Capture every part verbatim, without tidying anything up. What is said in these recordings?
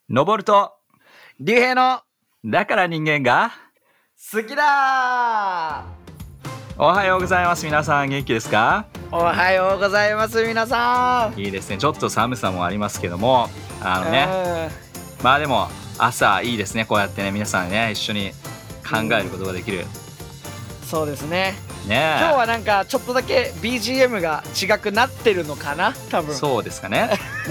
登ると竜兵のだから人間が好きだ。 おはようございます。皆さん元気ですか？ おはようございます皆さん。 いいですね。ちょっと寒さもありますけども、あのね、まあでも朝いいですね。こうやってね、皆さんね一緒に考えることができる、うん、 そうですね。 ね、 今日はなんかちょっとだけ ビージーエム が違くなってるのかな、多分。 そうですかね、うん、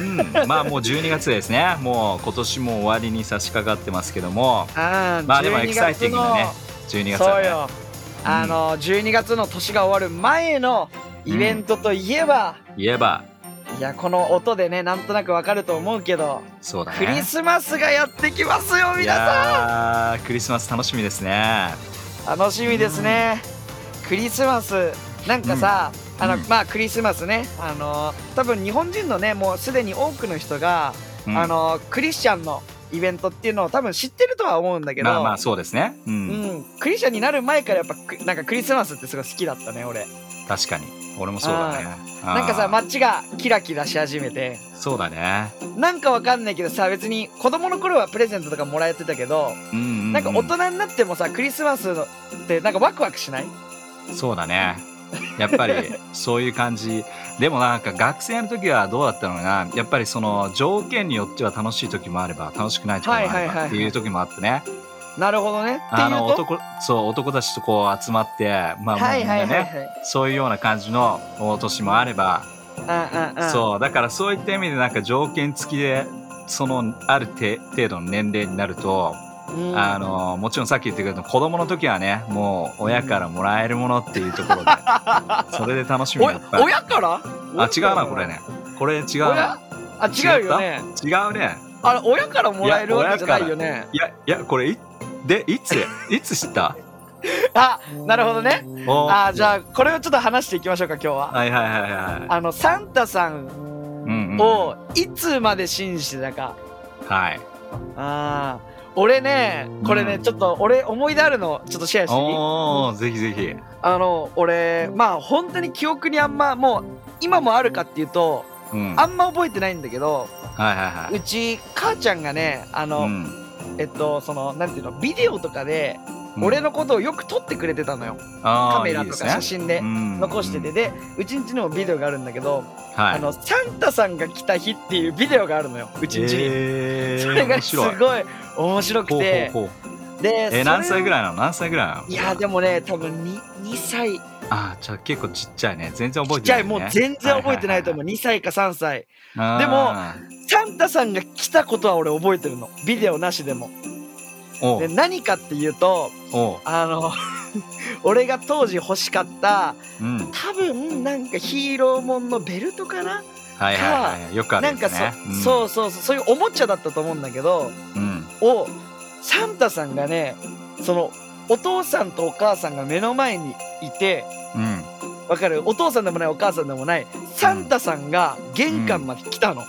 まあもうじゅうにがつですね。もう今年も終わりに差し掛かってますけども、 あまあでもエキサイティングなねじゅうにがつだね。 そうよ、うん、あのじゅうにがつの年が終わる前のイベントといえば、 うん、言えばいやこの音でねなんとなくわかると思うけど、 そうだね、 クリスマスがやってきますよ皆さん。いやークリスマス楽しみですね。 楽しみですね、うん、クリスマスなんかさ、うん、あの、うん、まあクリスマスね、あの多分日本人のねもうすでに多くの人が、うん、あのクリスチャンのイベントっていうのを多分知ってるとは思うんだけど、 まあまあそうですね、うん、 うん、クリスチャンになる前からやっぱなんかクリスマスってすごい好きだったね俺。 確かに俺もそうだね。 なんかさ街がキラキラし始めて、 そうだね、 なんかわかんないけどさ、別に子供の頃はプレゼントとかもらえてたけど、うんうんうん、なんか大人になってもさクリスマスってなんかワクワクしない？ そうだね、やっぱりそういう感じ。でもなんか学生の時はどうだったのかな、やっぱりその条件によっては楽しい時もあれば楽しくない時もあればっていう時もあってね。 なるほどね。 あの男そう男たちとこう集まって、まあもうみんなねそういうような感じの年もあれば、 うんうん、 そうだからそういった意味でなんか条件付きでそのある程度の年齢になると、うん、あのもちろんさっき言ってくれた子供の時はねもう親からもらえるものっていうところで、うん、それで楽しみがいっぱい。 親からあ違うなこれねこれ違うなあ違うよね。 違うね。 あれ親からもらえるわけじゃないよね。 いやいやこれいでいついつ知ったあなるほどね。あじゃあこれをちょっと話していきましょうか今日は。 はいはいはいはい。 あのサンタさんをいつまで信じてたか。 はい。 あ俺ねこれね、うん、ちょっと俺思い出あるのちょっとシェアしていい？ おーぜひぜひ。 あの俺まあ本当に記憶にあんまもう今もあるかっていうと、うん、あんま覚えてないんだけど、 はいはいはい、 うち母ちゃんがねあの、うん、えっとそのなんていうのビデオとかで俺のことをよく撮ってくれてたのよ、うん、カメラとか写真で残してて、でうちんちにもビデオがあるんだけど、はい、あのサンタさんが来た日っていうビデオがあるのようちんちに、えー、それがすごい面白くて、 ほうほうほうで、えー、何歳ぐらいなの何歳ぐらいなの？ いやでもね多分 に, にさい。 あじゃあ結構ちっちゃいね。全然覚えてない、ね、 ちっちゃいもう全然覚えてないと思う、はいはいはい、にさいかさんさいでもサンタさんが来たことは俺覚えてるのビデオなしでも。で何かっていうとあの俺が当時欲しかった、うん、多分なんかヒーローもんのベルトかな、 はいはいはい、よくあるやつね。 なんか そ,、うん、そうそうそうそういうおもちゃだったと思うんだけど、うん、をサンタさんがねそのお父さんとお母さんが目の前にいて、うん、わかる？お父さんでもないお母さんでもないサンタさんが玄関まで来たの、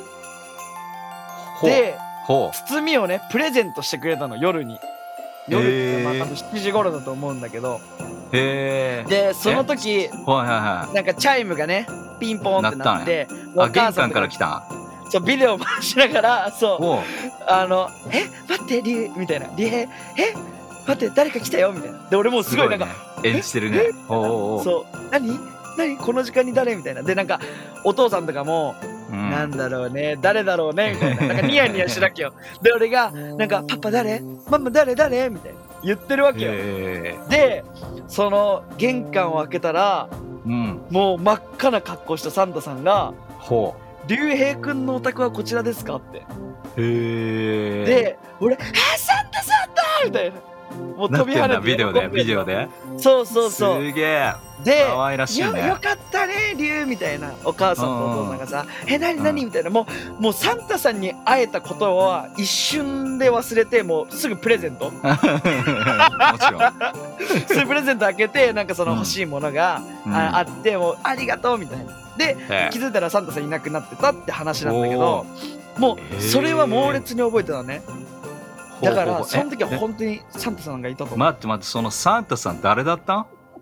うん、で包みをねプレゼントしてくれたの夜に。夜ってまあ多分しちじ頃だと思うんだけど、へーでその時、はいはいはい、なんかチャイムがねピンポンってなって、 あ玄関から来た。 そうビデオ回しながらそうあのえ待ってリュウみたいなリュウえ待って誰か来たよみたいな。で俺もうすごいなんか、ね、 演じてるね。おうおうそう何何この時間に誰みたいな。でなんかお父さんとかも、うん、なんだろうね誰だろうねみたいな、なんかニヤニヤしなきゃで俺がなんかパパ誰ママ誰誰みたいな言ってるわけよ。でその玄関を開けたら、うん、もう真っ赤な格好したサンタさんがほう竜兵くんのお宅はこちらですかって。へで俺あサンタサンタみたいなもう飛び跳ねてビデオでビデオでそうそうそうすげえで可愛らしいね。 よ, よかったね竜みたいなお母さんとお父さんがさえ何何みたいな、もうもうサンタさんに会えたことは一瞬で忘れてもうすぐプレゼントもちろんすぐプレゼント開けてなんかその欲しいものが、うん、あ, あってもうありがとうみたいなで気づいたらサンタさんいなくなってたって話なんだけど、もうそれは猛烈に覚えてたね。だからその時は本当にサンタさんがいたと思う。 待って待ってそのサンタさん誰だったん？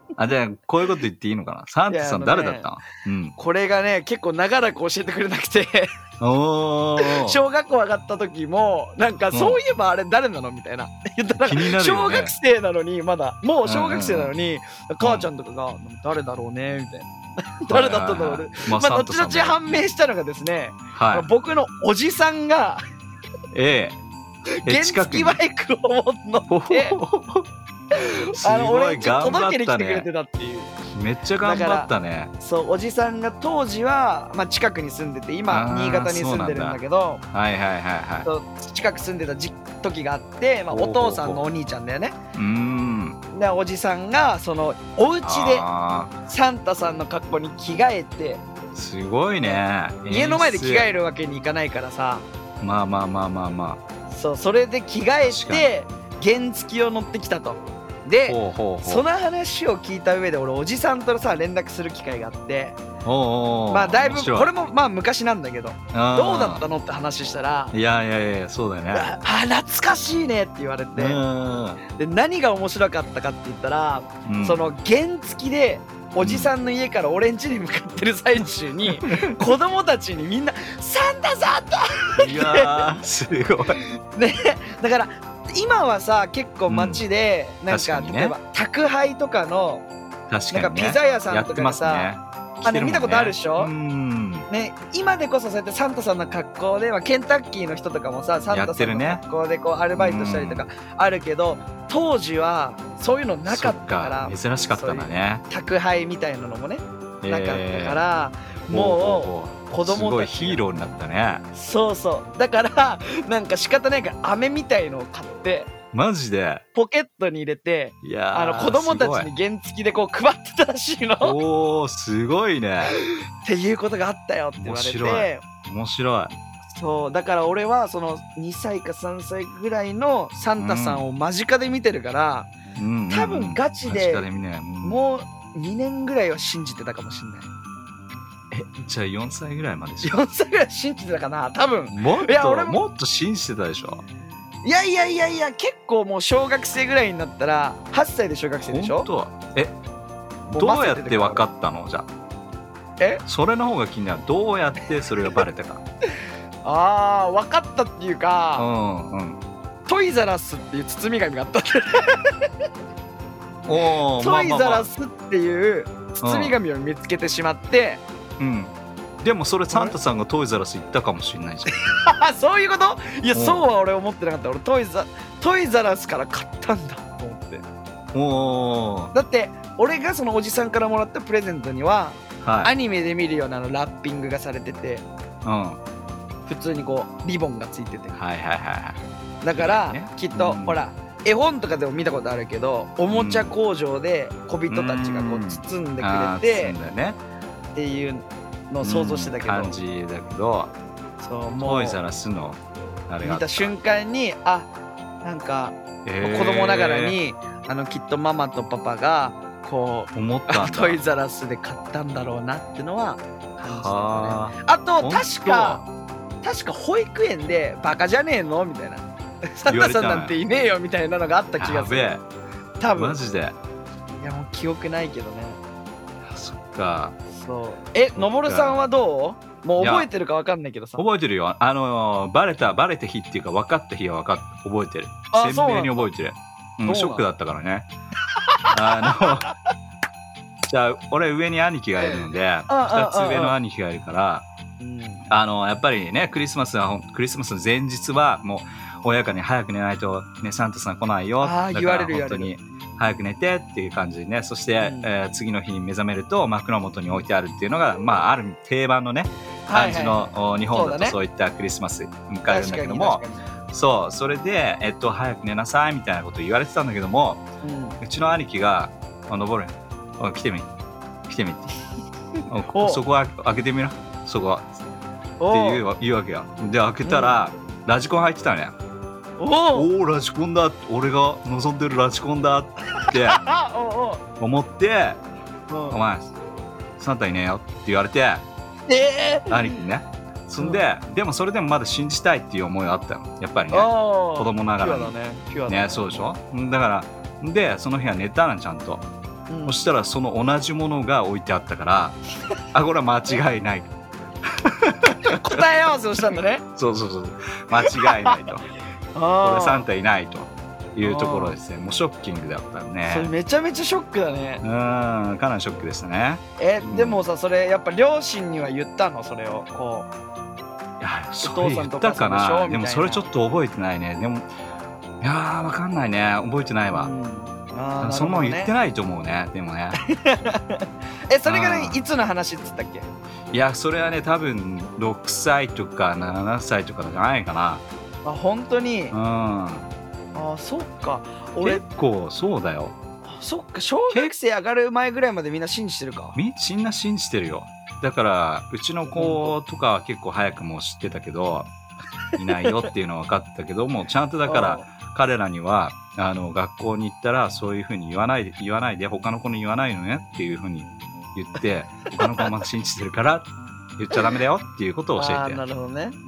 あ、じゃあこういうこと言っていいのかな。サンタさんいやあのね誰だったの？うん。 これがね結構長らく教えてくれなくておー。 小学校上がった時もなんかうんそういえばあれ誰なのみたいな言ったら、 気になるよね小学生なのにまだもう小学生なのに、 ん母ちゃんとかが誰だろうねみたいな誰だったんだろうね、 はいはいはいまあ、 まあサンタさん後々判明したのがですね、 はい。 僕のおじさんがええ。え原近くに付バイクを乗ってすあのごい俺んち頑張届けにったね来てくれて。たっていう。 めっちゃ頑張ったね。 そうおじさんが当時は、まあ、近くに住んでて今あー新潟に住んでるんだけどはいはいはいはそう近く住んでた時時があって、まあ、おほうほうほう父さんのお兄ちゃんだよね。 い。うーん。 でおじさんがそのお家であサンタさんの格好に着替えてーすごいね。 家の前で着替える。 るわけにいかないからさまあまあまあまあまそうそれで着替確かえて原付を乗ってきたと。であ。ほうほうほう。 その話を聞いた上で俺おじさんとさ連絡する機会があっておうおうおうまあだいぶ面白これもまあ昔なんだけどあーどうだったのって話したらいやいやいやそうだよね。 あ懐かしいねって言われてうんで何が面白かったかって言ったらうんその原付でおじさんの家から俺ん家に向かってる最中に子供たちにみんな「サンタサンタ!」 いやーすごい。 ねだから今はさ結構街でなんか確かにね例えば宅配とかの確かにね。 なんかピザ屋さんとかでやってますねさあね来てるもん見たことあるでしょうん。 ね今でこそそうやってサンタさんの格好でまあケンタッキーの人とかもさサンタさんの格好でこうアルバイトしたりとかあるけど当時はそういうのなかったからそっ珍しかったんだね。 宅配みたいなのもねなかったからえーもう子すごい供たちヒーローになったね。 そうそうだからなんか仕方ないから飴みたいのを買ってマジで。 ポケットに入れていやーあの子供たちに原付でこう配ってたらしいのっおおすごいね。 ていうことがあったよって言われ面白て面白い。 そうだから俺はそのにさいかさんさいぐらいのサンタさんを間近で見てるから、 うんうんうん多分ガチで間近で見ねうんもうにねんぐらいは信じてたかもしんないえじゃあよんさいぐらいまでしょ。 よんさいぐらい信じてたかな多分もっといや俺ももっと信じてたでしょ。 いやいやいやいや結構もう小学生ぐらいになったらはっさいで小学生でしょ本当えもどうやっ混ぜてるからて分かったのじゃあ。 えそれの方が気になる。どうやってそれがバレたか。 あー分かったっていううか、 んうん。 トイザラスっていう包み紙があったんだよおおトイザラス。 スっていう包み紙を見つけてしまって、 うん。でもそれサンタさんがトイザラス行ったかもしれないじあそういうこといやうんそうは俺思ってなかった俺トイザトイザラスから買ったんだと思ってゃん。おお。 だって俺がそのおじさんからもらったプレゼントにははい。 アニメで見るようなあのラッピングがされててうん。は普通にこうリボンがついてていはいはいはい。 だから、 ねきっと、 うんほら絵本とかでも見たことあるけどおもちゃ工場で小人たちがこううん包んでくあーれて包んだよね。 っていうのを想像してたけど、 うん感じだけど、 そうもうトイザラスのあれがあった見瞬間にあなんかえー子供ながらにあのきっとママとパパがこう思ったんだ。 トイザラスで買ったんだろうなってのは感じたね。 はあと本当確か確か保育園でバカじゃねえのみたいなサンタさん言われたのなんていねえよみたいなのがあった気がするやべえ。 多分マジで。 いやもう記憶ないけどねあそっか。 そうえのぼるさんはどうもういや覚えてるかわかんないけどさ覚えてるよ。あのーバレたバレた日っていうか分かった日は分かっ覚えてる。 あ鮮明に覚えてる。うん、 そうなのショックだったからね。あのじゃあ俺上に兄貴がいるのでああふたつ上の兄貴がいるからうんあのやっぱりねクリスマスはほんクリスマスの前日はもう親からに早く寝ないと、ね、サンタさん来ないよ。 あーだから言われる本当に早く寝てっていう感じでね。そして、 うんえー次の日に目覚めると枕元に置いてあるっていうのが、まあ、ある定番のね感じの、お日本そうだねだとそういったクリスマス迎えるんだ確かにけども、 確かそうそれで、えっと、早く寝なさいみたいなこと言われてたんだけども、 にうんうちの兄貴が「あ登るおい来てみ来てみ」っておおそこは開けてみなそこはおって言う言うわけよ。で開けたら、ラジコン入ってたね。 おおおおラジコンだ俺が望んでるラジコンだってあお思っておおお前サンタいねえよって言われてえー兄貴にね。そんででもそれでもまだ信じたいっていう思いがあったのやっぱりね。 子子供ながらにピュアだねピュアだねそうでしょ。だからでその日は寝たのちゃんと。 うん、 そしたらその同じものが置いてあったからあこれは間違いない答え合わせをしたんだね。 そうそうそう間違いないとこれサンタいないというところですね。もうショッキングだったね。 それめちゃめちゃショックだね。 うんかなりショックでしたね。 え、 うん、 でもさそれやっぱ両親には言ったのそれをこういやそれ言ったかな。でもそれちょっと覚えてないね。でもいやーわかんないね覚えてないわ、うん、あ、ね、そのまま言ってないと思うね。でもねえそれが、ね、いつの話っつったっけ。 いやそれはね多分ろくさいとかななさいとかじゃないかな。 あ本当に。 うん。 あそっか俺結構そうだよ。 そっか小学生上がる前ぐらいまでみんな信じてるか。 みみんな信じてるよ。だからうちの子とかは結構早くもう知ってたけどいないよっていうのは分かったけどもちゃんとだから彼らにはあの学校に行ったらそういうふうに言わないで言わないで他の子に言わないのねっていうふうに言って他の子はまだ信じてるから言っちゃダメだよっていうことを教えて。 あなるほどね。 うん。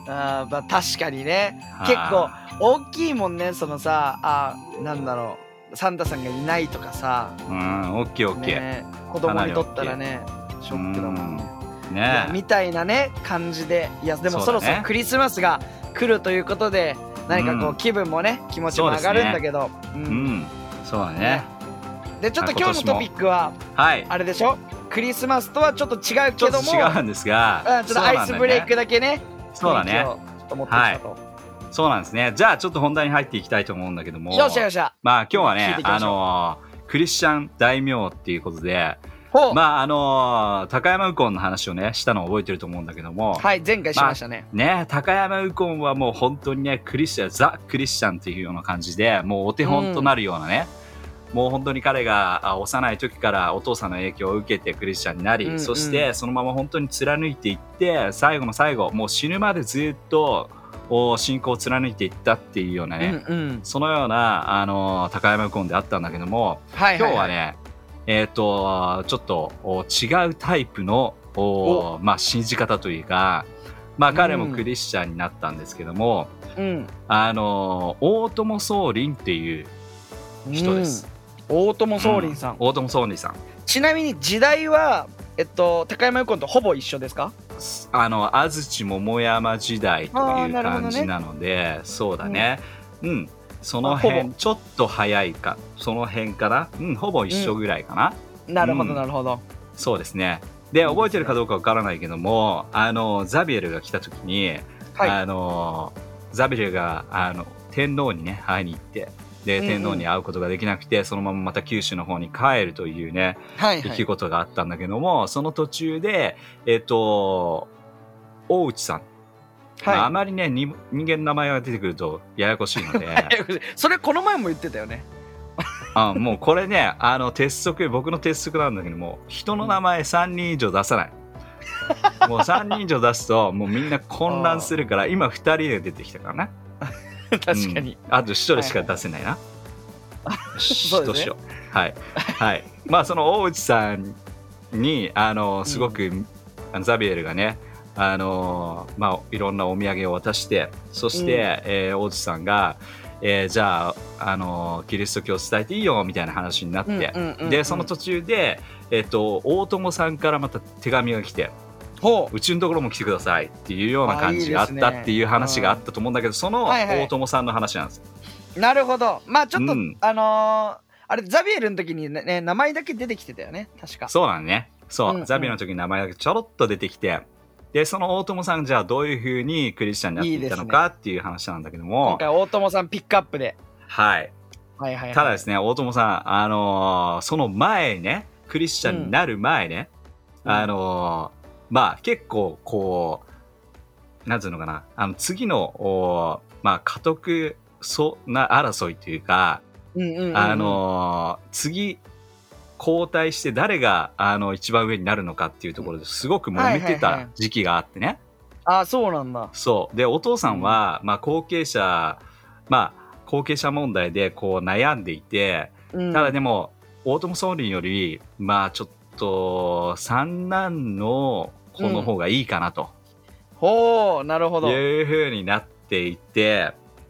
あまあ確かにね結構大きいもんねそのさあなんだろうサンタさんがいないとかさ。 うんオッケーオッケー、 ね、子供にとったらねショックだもんね。 ねみたいなね感じでいやでもそろそろクリスマスが来るということで何かこう気分もね気持ちも上がるんだけど。 うん、うん、そうだね。 でちょっと今日のトピックはあれでしょ、はい、クリスマスとはちょっと違うけどもちょっと違うんですが、 うん、ちょっとアイスブレイクだけねそうだねちょっと持ってきたと、 はい、そうなんですね。じゃあちょっと本題に入っていきたいと思うんだけどもよっしゃよっしゃまあ今日はねあのー、クリスチャン大名っていうことでまああのー、高山右近の話をねしたのを覚えてると思うんだけどもはい前回しましたね、 まあ、ね高山右近はもう本当にねクリスチャンザ・クリスチャンっていうような感じでもうお手本となるようなね、うん、もう本当に彼が幼い時からお父さんの影響を受けてクリスチャンになり、うんうん、そしてそのまま本当に貫いていって最後の最後もう死ぬまでずっと信仰を貫いていったっていうようなね、うんうん、そのようなあの高山右近であったんだけども、はいはいはい、今日はねえー、とちょっと違うタイプの、まあ、信じ方というか、まあ、彼もクリスチャンになったんですけども、うん、あの大友宗麟っていう人です、 うん、大友宗麟さん、うん、 大友宗麟さんちなみに時代は、えっと、高山右近とほぼ一緒ですか。 あの安土桃山時代という感じなので、ね、そうだね、うん、うんその辺ちょっと早いかその辺かな、うん、ほぼ一緒ぐらいかな、 うん、なるほどなるほど、うん、 そうですね。で覚えてるかどうかわからないけどもあのザビエルが来た時に、はい、あのザビエルがあの天皇にね会いに行ってで、うんうん、天皇に会うことができなくてそのまままた九州の方に帰るというね、はいはい、出来事があったんだけどもその途中でえっと大内さんはいまあ、あまりね人間の名前が出てくるとややこしいのでそれこの前も言ってたよねあもうこれねあの鉄則僕の鉄則なんだけども人の名前さんにん以上出さないもうさんにん以上出すともうみんな混乱するから今ふたりで出てきたからな確かに、 うん、あとひとりしか出せないな、はいはい、そうですねはい、はい、まあその大内さんにあのすごく、うん、あのザビエルがねあのーまあ、いろんなお土産を渡してそして、うんえー、大内さんが、えー、じゃあ、あのー、キリスト教を伝えていいよみたいな話になって、うんうんうんうん、でその途中で、えー、と大友さんからまた手紙が来てうちのところも来てくださいっていうような感じがあったっていう話があったと思うんだけどその大友さんの話なんですよ、 はいはい、なるほどまあちょっと、うん、あのー、あれザビエルの時に、ね、名前だけ出てきてたよね確かそうなんねそう、うんうん、ザビエルの時に名前だけちょろっと出てきてでその大友さんじゃあどういう風にクリスチャンになっていったのかっていう話なんだけども今回大友さんピックアップで、 はい、はいはいはいただですね大友さん、あのー、その前ねクリスチャンになる前ね、うん、あのー、まあ結構こうなんていうのかなあの次のまあ家督そな争いというか、うんうんうんうん、あのー、次交代して誰があの一番上になるのかっていうところですごく揉めてた時期があってね、はいはいはい、あそうなんだそうでお父さんは、うんまあ、後継者まあ後継者問題でこう悩んでいて、うん、ただでも大友宗麟よりまあちょっと三男の子の方がいいかなと、 うん、ほうなるほどいう風になっていて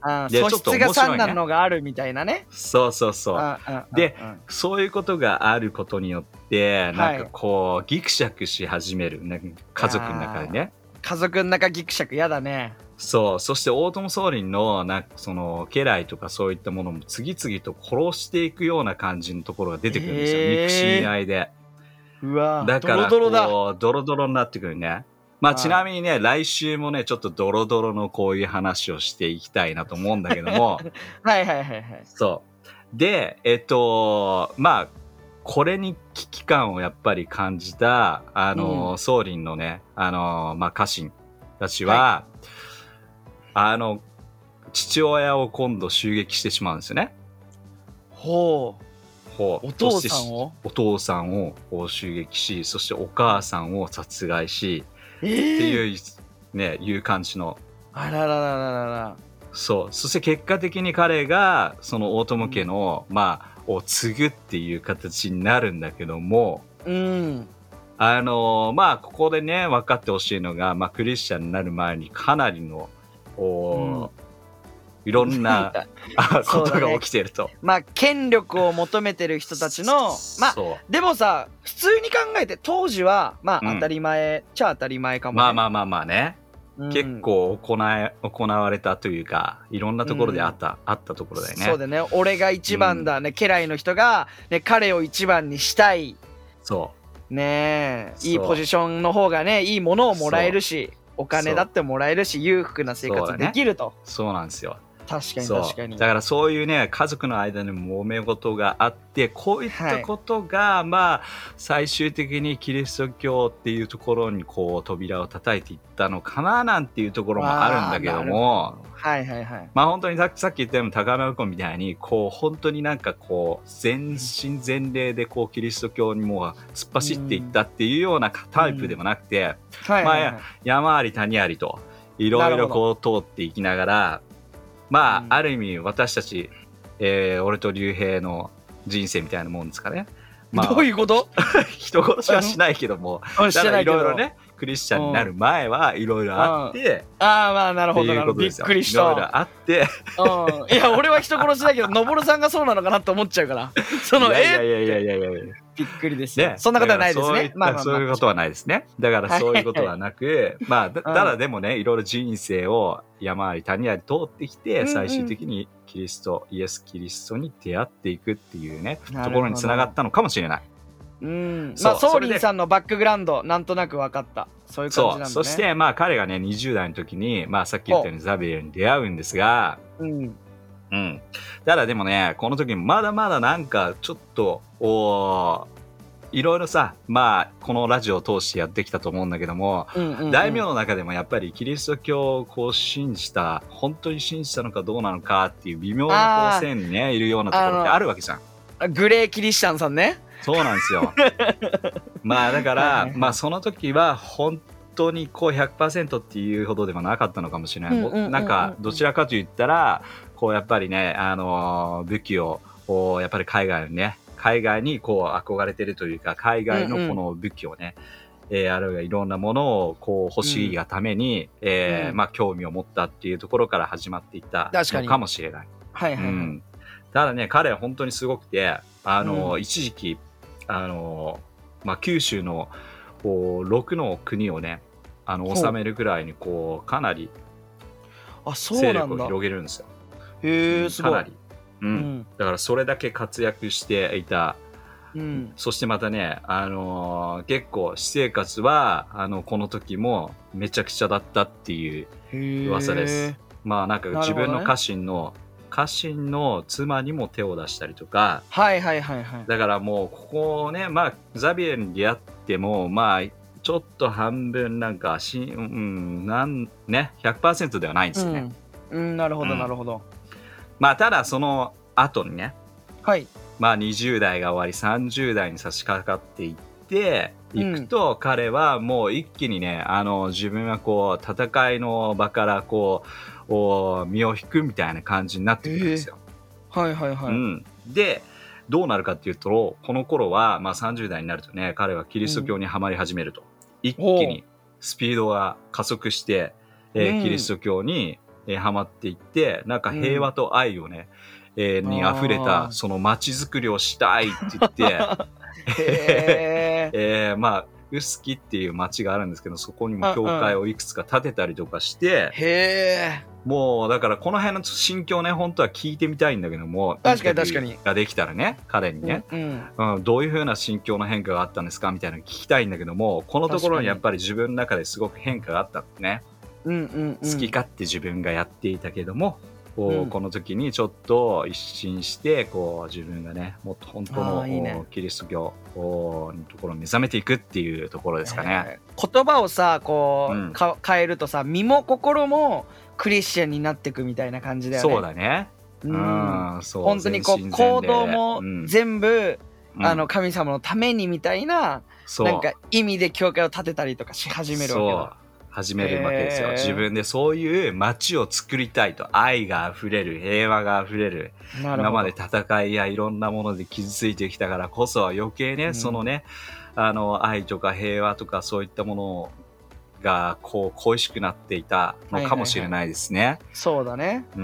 あで素質がちょっと面白いね三男のがあるみたいなね。 そうそうそう。 ああでああそういうことがあることによってはいなんかこうギクシャクし始める、なんか家族の中でね。 家族の中ギクシャクやだね。 そう、そして大友宗麟のなんかその家来とかそういったものも次々と殺していくような感じのところが出てくるんですよ、 へー憎しみ合いで。 うわだからドロドロだ。 こうドロドロになってくるね。まあはいちなみにね、来週もねちょっとドロドロのこういう話をしていきたいなと思うんだけどもはいはいはいはい。 そうでえっとまあこれに危機感をやっぱり感じたあの、 うん宗麟のねあのまあ家臣たちは、あの父親を今度襲撃してしまうんですよね。 ほほうお父さんをそしてお父さんを襲撃し、そしてお母さんを殺害し、 う。えー、 っていうねいう感じの。 あらららららら。 そうそして結果的に彼がその大友家の、まあを継ぐっていう形になるんだけども、 うん。 あのまあここでね分かってほしいのが、まあ、クリスチャンになる前にかなりのお、うん、いろんなことが起きてると、ね、 まあ権力を求めてる人たちのまあでもさ普通に考えて当時はまあ当たり前、うん、ちゃ当たり前かも、ね、 まあまあまあまあね、うん、結構行え行われたというかいろんなところであった、うん、あったところだよね。 そうだね、俺が一番だね、うん、家来の人が、ね、彼を一番にしたい。 そうねえいいポジションの方がねいいものをもらえるしお金だってもらえるし裕福な生活できると。 そう、ね、そうなんですよ。 確かに確かに。 だからそういうね家族の間に揉め事があってこういったことが、はい、まあ最終的にキリスト教っていうところにこう扉を叩いていったのかななんていうところもあるんだけども、 はいはいはい、 まあ本当にさっきさっき言ったように高山君みたいにこう本当になんかこう全身全霊でこうキリスト教にもう突っ走っていったっていうようなタイプでもなくて、まあ山あり谷ありといろいろこう通っていきながら。まあ、うん、ある意味私たち、えー、俺と竜兵の人生みたいなもんですかね。まあ、 どういうこと人殺しはしないけどもだからいろいろねクリスチャンになる前はいろいろあって、 うん、ああまあなるほどなるほどびっくりした。 いろいろあって、 うん、いや俺は人殺しだけどのぼるさんがそうなのかなと思っちゃうからそのいやいやいやいやいやいやびっくりですね。ねそんなことはないですね。 まあまあまあ、そういうことはないですね。だからそういうことはなく、はいはいはい、まあだただでもねいろいろ人生を山あり谷あり通ってきて、うんうん、最終的にキリストイエス・キリストに出会っていくっていうねところにつながったのかもしれない。 うん、まあソーリンさんのバックグラウンドなんとなく分かった。そういう感じなんだね。 そうそしてまあ彼がねにじゅう代の時に、まあ、さっき言ったようにザビエルに出会うんですが、 うんうん、ただでもねこの時まだまだなんかちょっとおいろいろさまあこのラジオを通してやってきたと思うんだけども、うんうんうん、大名の中でもやっぱりキリスト教をこう信じた本当に信じたのかどうなのかっていう微妙な線にねいるようなところってあるわけじゃん。 グレーキリシタンさんね。 そうなんですよまあだから、はいはいはい、まあその時は本当にこう ひゃくパーセント っていうほどではなかったのかもしれない、うんうんうんうん、なんかどちらかと言ったらこうやっぱりねあの武器をやっぱり海外にね海外にこう憧れてるというか海外のこの武器をね、うんうんえー、あるいはいろんなものをこう欲しいがために、うんえーまあ、興味を持ったっていうところから始まっていったのかもしれない。 はいはいはい、うん、 ただね彼は本当にすごくてあの、うん、一時期あの、まあ、九州のこうろくの国をねあの治めるぐらいにこうかなり勢力を広げるんですよ。 へえすごい。 かなりうんうん、だからそれだけ活躍していた、うん、そしてまたね、あのー、結構私生活はあのこの時もめちゃくちゃだったっていう噂です。まあなんか自分の家臣の、ね、家臣の妻にも手を出したりとか、 はいはいはいはい、 だからもうここね、まあ、ザビエルに出会ってもまあちょっと半分なんかし、うんなんね、ひゃくパーセント ではないんですよね。 うん、うん、なるほどなるほど。うんまあただその後にね、 はい、 まあにじゅう代が終わりさんじゅう代に差し掛かっていっていくと、うん、彼はもう一気にねあの自分はこう戦いの場からこう身を引くみたいな感じになってくるんですよ。 えー、はいはいはい。 うん、でどうなるかっていうとこの頃は、まあ、さんじゅう代になるとね彼はキリスト教にはまり始めると、うん、一気にスピードが加速して、えー、キリスト教にえー、ハマっていって、なんか平和と愛をね、うん、えー、に溢れたその街づくりをしたいって言ってへえー、まあ臼杵っていう町があるんですけど、そこにも教会をいくつか建てたりとかして、 へえ。 もうだからこの辺の心境ね、本当は聞いてみたいんだけども、 確かに確かにができたらね、彼にね、うんうんうん、どういう風な心境の変化があったんですかみたいなの聞きたいんだけども、このところにやっぱり自分の中ですごく変化があったんですね、うんうんうん、好き勝手自分がやっていたけども、こう、うん、この時にちょっと一新してこう自分がね、もっと本当のいい、ね、キリスト教のところに目覚めていくっていうところですかね。 えー、言葉をさこう、うん、か変えるとさ、身も心もクリスチャンになっていくみたいな感じだよね。 そうだね。うん、そう本当にこう行動も全部、うん、あの神様のためにみたいな、うん、なんか意味で教会を建てたりとかし始めるわけだ。 始めるわけですよ。自分でそういう街を作りたいと、愛があふれる、平和があふれる、今まで戦いやいろんなもので傷ついてきたからこそ余計ね、うん、そのね、あの愛とか平和とかそういったものがこう恋しくなっていたのかもしれないですね。はいはいはい、 そうだね。 うん、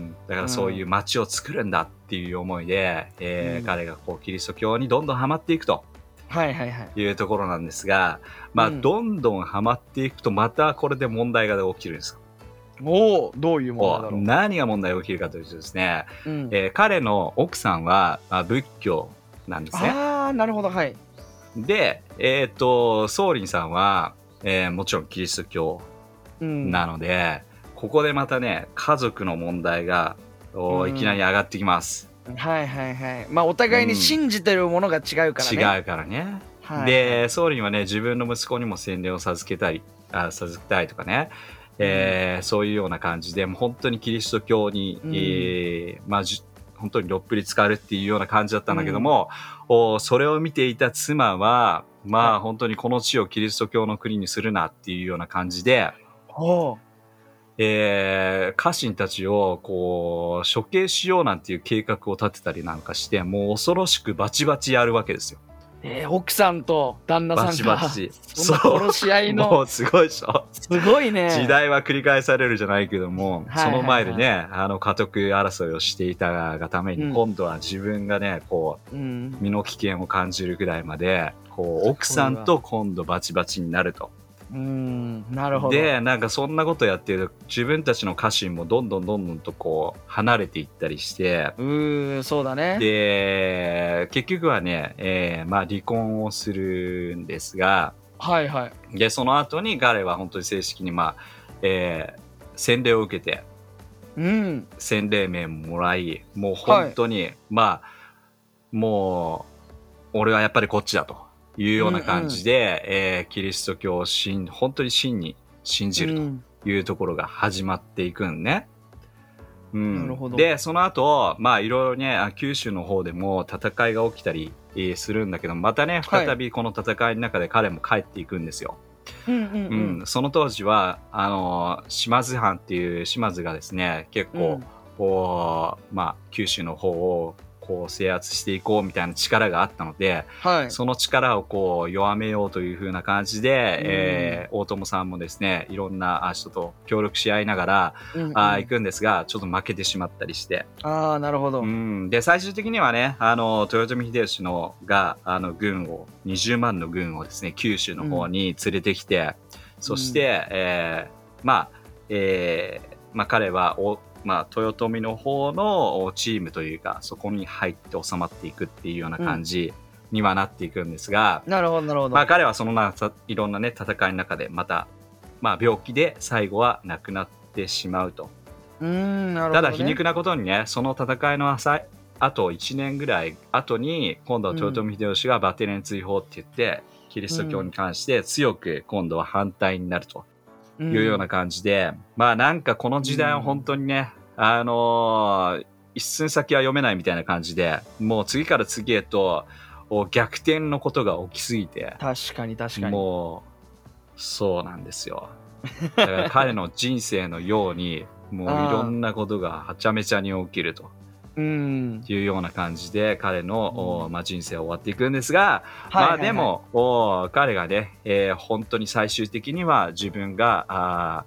だからそういう街を作るんだっていう思いで、うん、えーうん、彼がこうキリスト教にどんどんハマっていくと。 はいはいはい。 いうところなんですが、まあ、うん、どんどんハマっていくとまたこれで問題が起きるんですよ。 おお、どういう問題だろう。 何が問題が起きるかというとですね、うん、えー、彼の奥さんは、まあ、仏教なんですね。 ああ、なるほど、はい。 で、えっと、ソーリンさんは、えー、もちろんキリスト教なので、うん、ここでまたね、家族の問題が、うん、いきなり上がってきます。 はいはいはい。まあお互いに信じてるものが違うからね。 うん、違うからね。はい、で、ソーリンはね、自分の息子にも洗礼を授けたり、あ授けたいとかね、えーうん、そういうような感じで、もう本当にキリスト教に、うん、えー、まあ本当にどっぷり浸かるっていうような感じだったんだけども、うん、それを見ていた妻は、まあ本当にこの地をキリスト教の国にするなっていうような感じで、 はあ、 えー、家臣たちをこう処刑しようなんていう計画を立てたりなんかして、もう恐ろしくバチバチやるわけですよ。 えー、奥さんと旦那さんがバチバチその殺し合いのもうすごいでしょ。 すごいね。 時代は繰り返されるじゃないけども、はいはいはい、その前でね、あの家督争いをしていたがために、うん、今度は自分がねこう、うん、身の危険を感じるぐらいまでこう奥さんと今度バチバチになると。 うーん、なるほど。 で、なんかそんなことやってると自分たちの家臣もどんどんどんどんとこう離れていったりして、 うーん、そうだね。 で結局はね、えー、まあ離婚をするんですが、 はいはい。 でその後に彼は本当に正式にまあ、えー、洗礼を受けて、 うん、 洗礼名ももらい、もう本当に、はい、まあもう俺はやっぱりこっちだというような感じで、うんうん、えー、キリスト教を信本当に真に信じるというところが始まっていくんね。うん、なるほど。でその後まあいろいろね九州の方でも戦いが起きたりするんだけど、またね再びこの戦いの中で彼も帰っていくんですよ。はい、うんうんうんうん、その当時はあの島津藩っていう島津がですね結構、うん、こうまあ九州の方をこう制圧していこうみたいな力があったので、はい、その力をこう弱めようという風な感じで、うん、えー、大友さんもですねいろんな人と協力し合いながら、うんうん、あ行くんですがちょっと負けてしまったりして、 あーなるほど、 うん、で最終的にはねあの豊臣秀吉のがあの軍をにじゅうまんの軍をですね九州の方に連れてきて、うん、そして、うん、えー、まあ、えー、まあ彼はおまあ、豊臣の方のチームというかそこに入って収まっていくっていうような感じにはなっていくんですが、 うん、なるほどなるほど、 まあ、彼はそのないろんなね戦いの中でまた、まあ、病気で最後は亡くなってしまうと。 うーんなるほど、ね、 ただ皮肉なことにねその戦いの浅いあといちねんぐらい後に今度は豊臣秀吉がバテレン追放って言って、うん、キリスト教に関して強く今度は反対になるというような感じで、うん、まあなんかこの時代は本当にね、うん、あのー、一寸先は読めないみたいな感じでもう次から次へと逆転のことが起きすぎて、 確かに確かにもうそうなんですよ。だから彼の人生のようにもういろんなことがはちゃめちゃに起きるというような感じで彼の、うんまあ、人生は終わっていくんですが、はいはいはい、まあでも彼がね、えー、本当に最終的には自分があ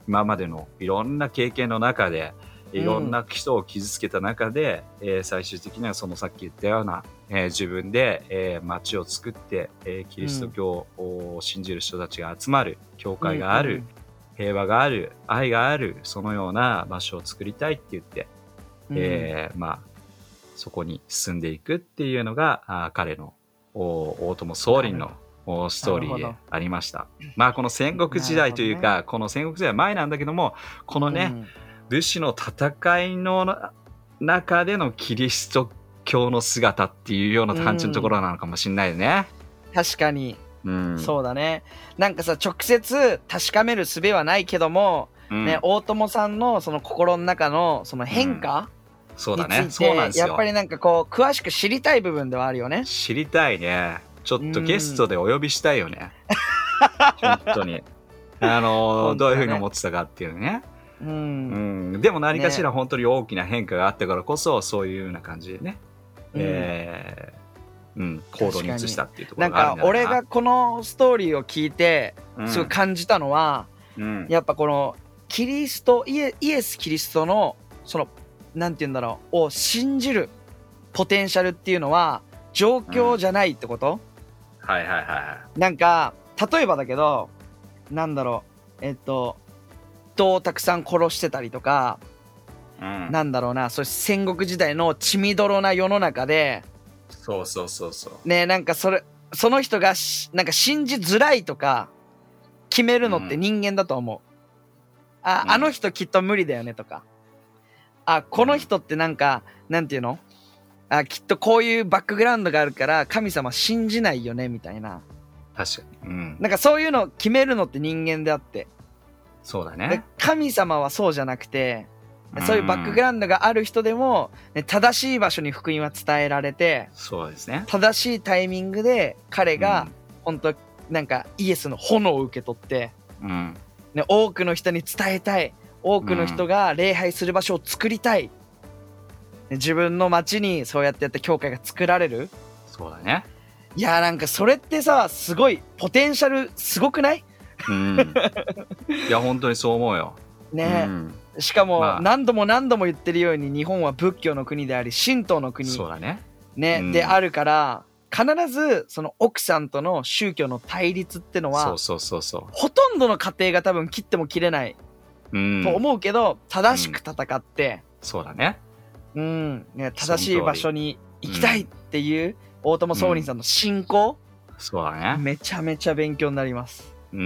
今までのいろんな経験の中でいろんな人を傷つけた中で、うんえー、最終的にはそのさっき言ったような、えー、自分で、えー、町を作って、えー、キリスト教を信じる人たちが集まる教会がある、うん、平和がある愛があるそのような場所を作りたいって言って、うんえー、まあそこに進んでいくっていうのがあ彼の大友宗麟のストーリーでありました。まあこの戦国時代というか、ね、この戦国時代前なんだけどもこのね、うん武士の戦いの中でのキリスト教の姿っていうような感じのところなのかもしれないよね、 うん、確かに、 うん、 そうだね。なんかさ直接確かめる術はないけども、うんね、大友さんのその心の中のその変化、うん、 そうだね、そうなんですよ。 やっぱりなんかこう詳しく知りたい部分ではあるよね。 知りたいね。ちょっとゲストでお呼びしたいよね、うん、本当にあのーね、どういうふうに思ってたかっていうねうんうん、でも何かしら本当に大きな変化があったからこそ、ね、そういうような感じでね、うんえーうん、行動に移したっていうところがあるんだな。 なんか俺がこのストーリーを聞いてすごい感じたのは、うん、やっぱこのキリストイ エ, イエス・キリストのそのなんて言うんだろうを信じるポテンシャルっていうのは状況じゃないってこと、 うん、はいはいはい。 なんか例えばだけどなんだろうえっと人をたくさん殺してたりとか、うん、なんだろうなそういう戦国時代の血みどろな世の中でそうそうそうそうねなんかそれその人がなんか信じづらいとか決めるのって人間だと思う、うん、あ、うん、あの人きっと無理だよねとかあこの人ってなんか、うん、なんていうのあきっとこういうバックグラウンドがあるから神様信じないよねみたいな確かに、うん、 なんかそういうのを決めるのって人間であってそうだね。 神様はそうじゃなくてそういうバックグラウンドがある人でも、ね、正しい場所に福音は伝えられてそうですね正しいタイミングで彼が本当なんかイエスの炎を受け取って、うんね、多くの人に伝えたい多くの人が礼拝する場所を作りたい、うん、自分の町にそうやってやって教会が作られるそうだね。 いやーなんかそれってさすごいポテンシャルすごくないうん、いや本当にそう思うよね、うん、しかも何度も何度も言ってるように日本は仏教の国であり神道の国そうだね、 ね、うん、であるから必ずその奥さんとの宗教の対立ってのはそうそうそうそうほとんどの家庭が多分切っても切れないと思うけど、うん、正しく戦って、うん、 そうだね、 うんね正しい場所に行きたいっていう大友宗麟さんの信仰、 うん、そうだねめちゃめちゃ勉強になります。 うん、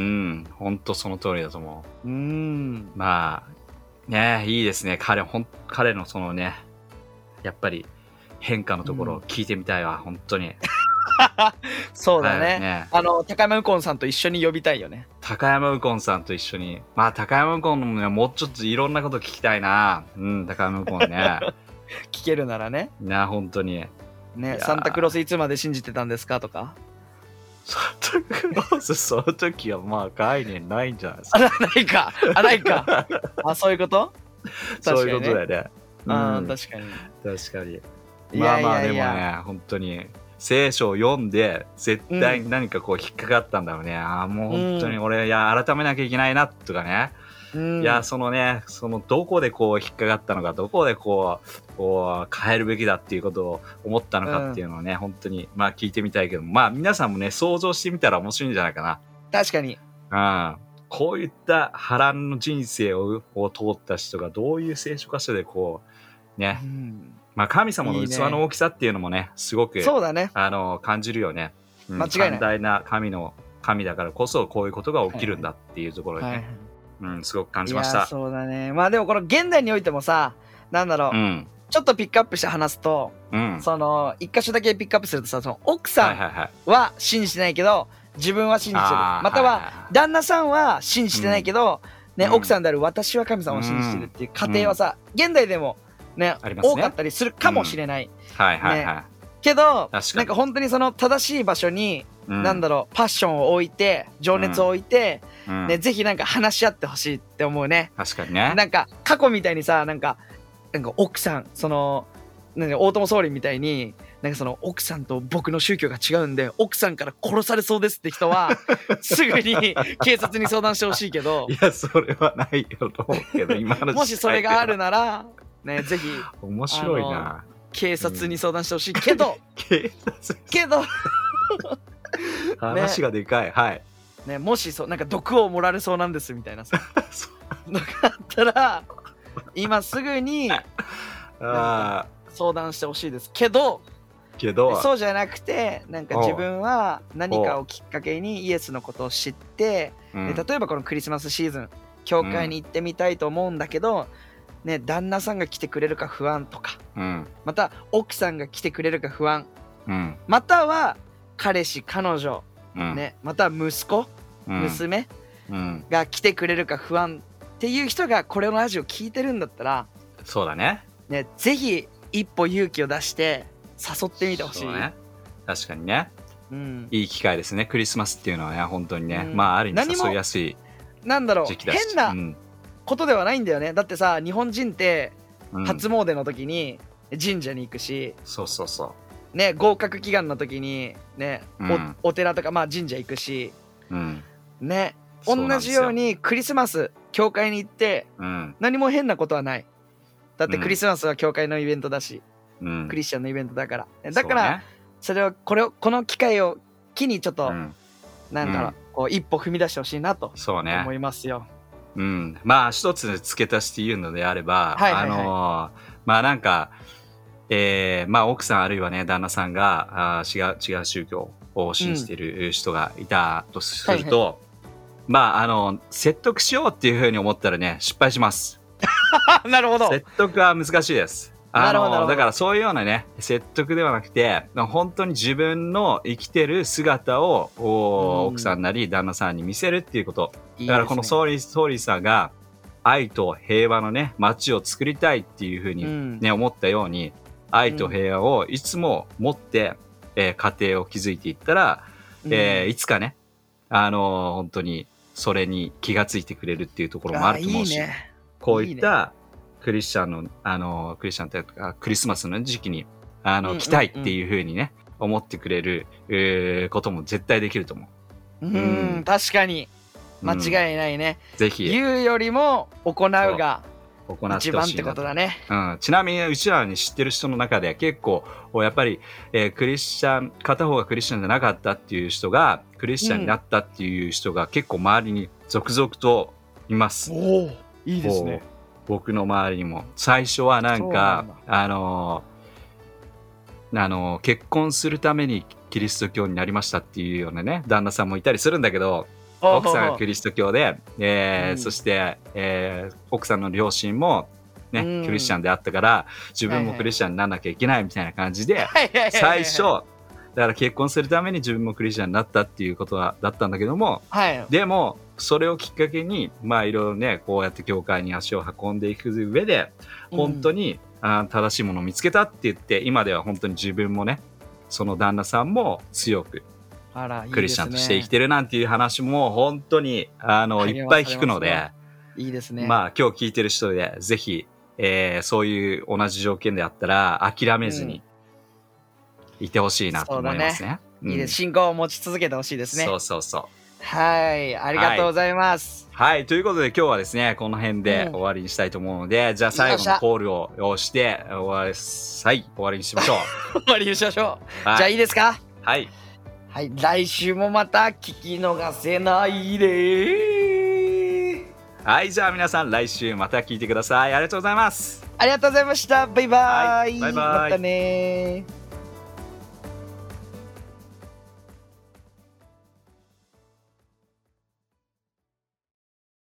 本当その通りだと思う。うん、まあねいいですね。彼ほん彼のそのねやっぱり変化のところを聞いてみたいわ、うん、本当に。 そうだね。はい、ねあの高山右近さんと一緒に呼びたいよね。 高山右近さんと一緒に。まあ高山右近のねもうちょっといろんなこと聞きたいな。うん高山右近ね。 聞けるならね。 な本当に。 ねサンタクロースいつまで信じてたんですかとか。 サンタクロースその時はまあ概念ないんじゃないですか。 あないかあないかあそういうこと？ そういうことだよね。 あ、うん、確かに確かに。まあまあでもね本当に聖書を読んで絶対に何かこう引っかかったんだろうね、うん、ああもう本当に俺、うん、いや改めなきゃいけないなとかね、うん、いやそのねそのどこでこう引っかかったのかどこでこうこう変えるべきだっていうことを思ったのかっていうのをね、うん、本当にまあ聞いてみたいけどまあ皆さんもね想像してみたら面白いんじゃないかな。 確かに、 うん、こういった波乱の人生をを通った人がどういう聖書箇所でこうね、うんまあ、神様の器の大きさっていうのもね、いいねすごくそうだねあの感じるよね、 うん、間違いない寛大な神の神だからこそこういうことが起きるんだっていうところでね、はいはいうん、すごく感じました。 いやそうだね。まあでもこの現代においてもさなんだろう、うん、ちょっとピックアップして話すと、うん、その一箇所だけピックアップするとさその奥さんは信じてないけど自分は信じてるまたは旦那さんは信じてないけど、うんね、奥さんである私は神様を信じてるっていう家庭はさ、うん、現代でもね、ね多かったりするかもしれない、 うんはいはいはいね、 けどなんか本当にその正しい場所に、うん、なんだろうパッションを置いて情熱を置いて、うんね、ぜひなんか話し合ってほしいって思うね。 確かにね。 なんか過去みたいにさなんかなんか奥さんそのなんか大友宗麟みたいになんかその奥さんと僕の宗教が違うんで奥さんから殺されそうですって人はすぐに警察に相談してほしいけどいやそれはないよと思うけど今のもしそれがあるならねぜひ面白いな警察に相談してほしいけど、うん、 警察けど話がでかい、ね、はいね、もしそうなんか毒を盛られそうなんですみたいなさのがあったら今すぐにあ相談してほしいですけどけどそうじゃなくてなんか自分は何かをきっかけにイエスのことを知って、うん、で例えばこのクリスマスシーズン教会に行ってみたいと思うんだけど、うんね、旦那さんが来てくれるか不安とか、うん、また奥さんが来てくれるか不安、うん、または彼氏彼女、うんね、または息子、うん、娘、うん、が来てくれるか不安っていう人がこれのラジオ聞いてるんだったらそうだねねぜひ一歩勇気を出して誘ってみてほしい、 ね、確かにね、うん、いい機会ですねクリスマスっていうのはね本当にね、うん、まあある意味誘いやすいなんだろう変なことではないんだよね、うん、だってさ日本人って初詣の時に神社に行くし、 うん、そうそうそうね合格祈願の時にね、うん、お, お寺とかまあ神社行くし、うん、ね同じようにクリスマス教会に行って、うん、何も変なことはないだってクリスマスは教会のイベントだし、うん、クリスチャンのイベントだからだから そ,、ね、それをこれをこの機会を機にちょっと、うん、なんだろう、うん、こう一歩踏み出してほしいなと思いますよ。 う、ね、うん、まあ一つ付け足して言うのであれば、はいはいはい、あのー、まあなんか、えー、まあ奥さんあるいはね旦那さんがあ違う違う宗教を信じている人がいたとすると、うんはいはい、まああの説得しようっていうふうに思ったらね失敗しますなるほど説得は難しいですあのだからそういうようなね説得ではなくて本当に自分の生きてる姿を、うん、奥さんなり旦那さんに見せるっていうことだからこのソーリー、ソーリーさんが愛と平和のね街を作りたいっていうふうにね、うん、思ったように愛と平和をいつも持って、えー、家庭を築いていったら、うんえー、いつかねあの本当にそれに気がついてくれるっていうところもあると思うし、いいね、こういったクリスチャンのあのクリスチャンというかクリスマスの時期にあの、うんうんうん、来たいっていう風にね思ってくれる、えー、ことも絶対できると思う。 うん、うん、確かに間違いないね。 うん、ぜひ言うよりも行うが一番ってことだね。 うん、ちなみにうちらに知ってる人の中で結構やっぱり、えー、クリスチャン片方がクリスチャンじゃなかったっていう人がクリスチャンになったっていう人が結構周りに続々といます。 うん、おいいですね。 僕の周りにも最初はなんかあのー、あのー、結婚するためにキリスト教になりましたっていうようなね旦那さんもいたりするんだけど奥さんがキリスト教で、えーうん、そして、えー、奥さんの両親も、ねうん、クリスチャンであったから自分もクリスチャンにならなきゃいけないみたいな感じで最初だから結婚するために自分もクリスチャンになったっていうことはだったんだけども、はい、でもそれをきっかけにまあいろいろねこうやって教会に足を運んでいく上で本当に、うん、あ正しいものを見つけたって言って今では本当に自分もねその旦那さんも強くあらいいですね、 クリスチャンとして生きてるなんていう話も本当にあのいっぱい聞くのでいいですね。 まあ今日聞いてる人でぜひ、えー、そういう同じ条件であったら諦めずにいてほしいなと思いますね。 うん、いいです。信仰を持ち続けてほしいですね。 そうそうそう。 はいありがとうございます。 はい、はい、ということで今日はですねこの辺で終わりにしたいと思うので、うん、じゃあ最後のコールを押して終わりはい終わりにしましょう終わりにしましょう、はい、じゃあいいですか。 はいはい、来週もまた聞き逃せないで。 はい、じゃあ皆さん来週また聞いてください。ありがとうございます。 ありがとうございました。バイバイ。 はい、バイバイ。 またね。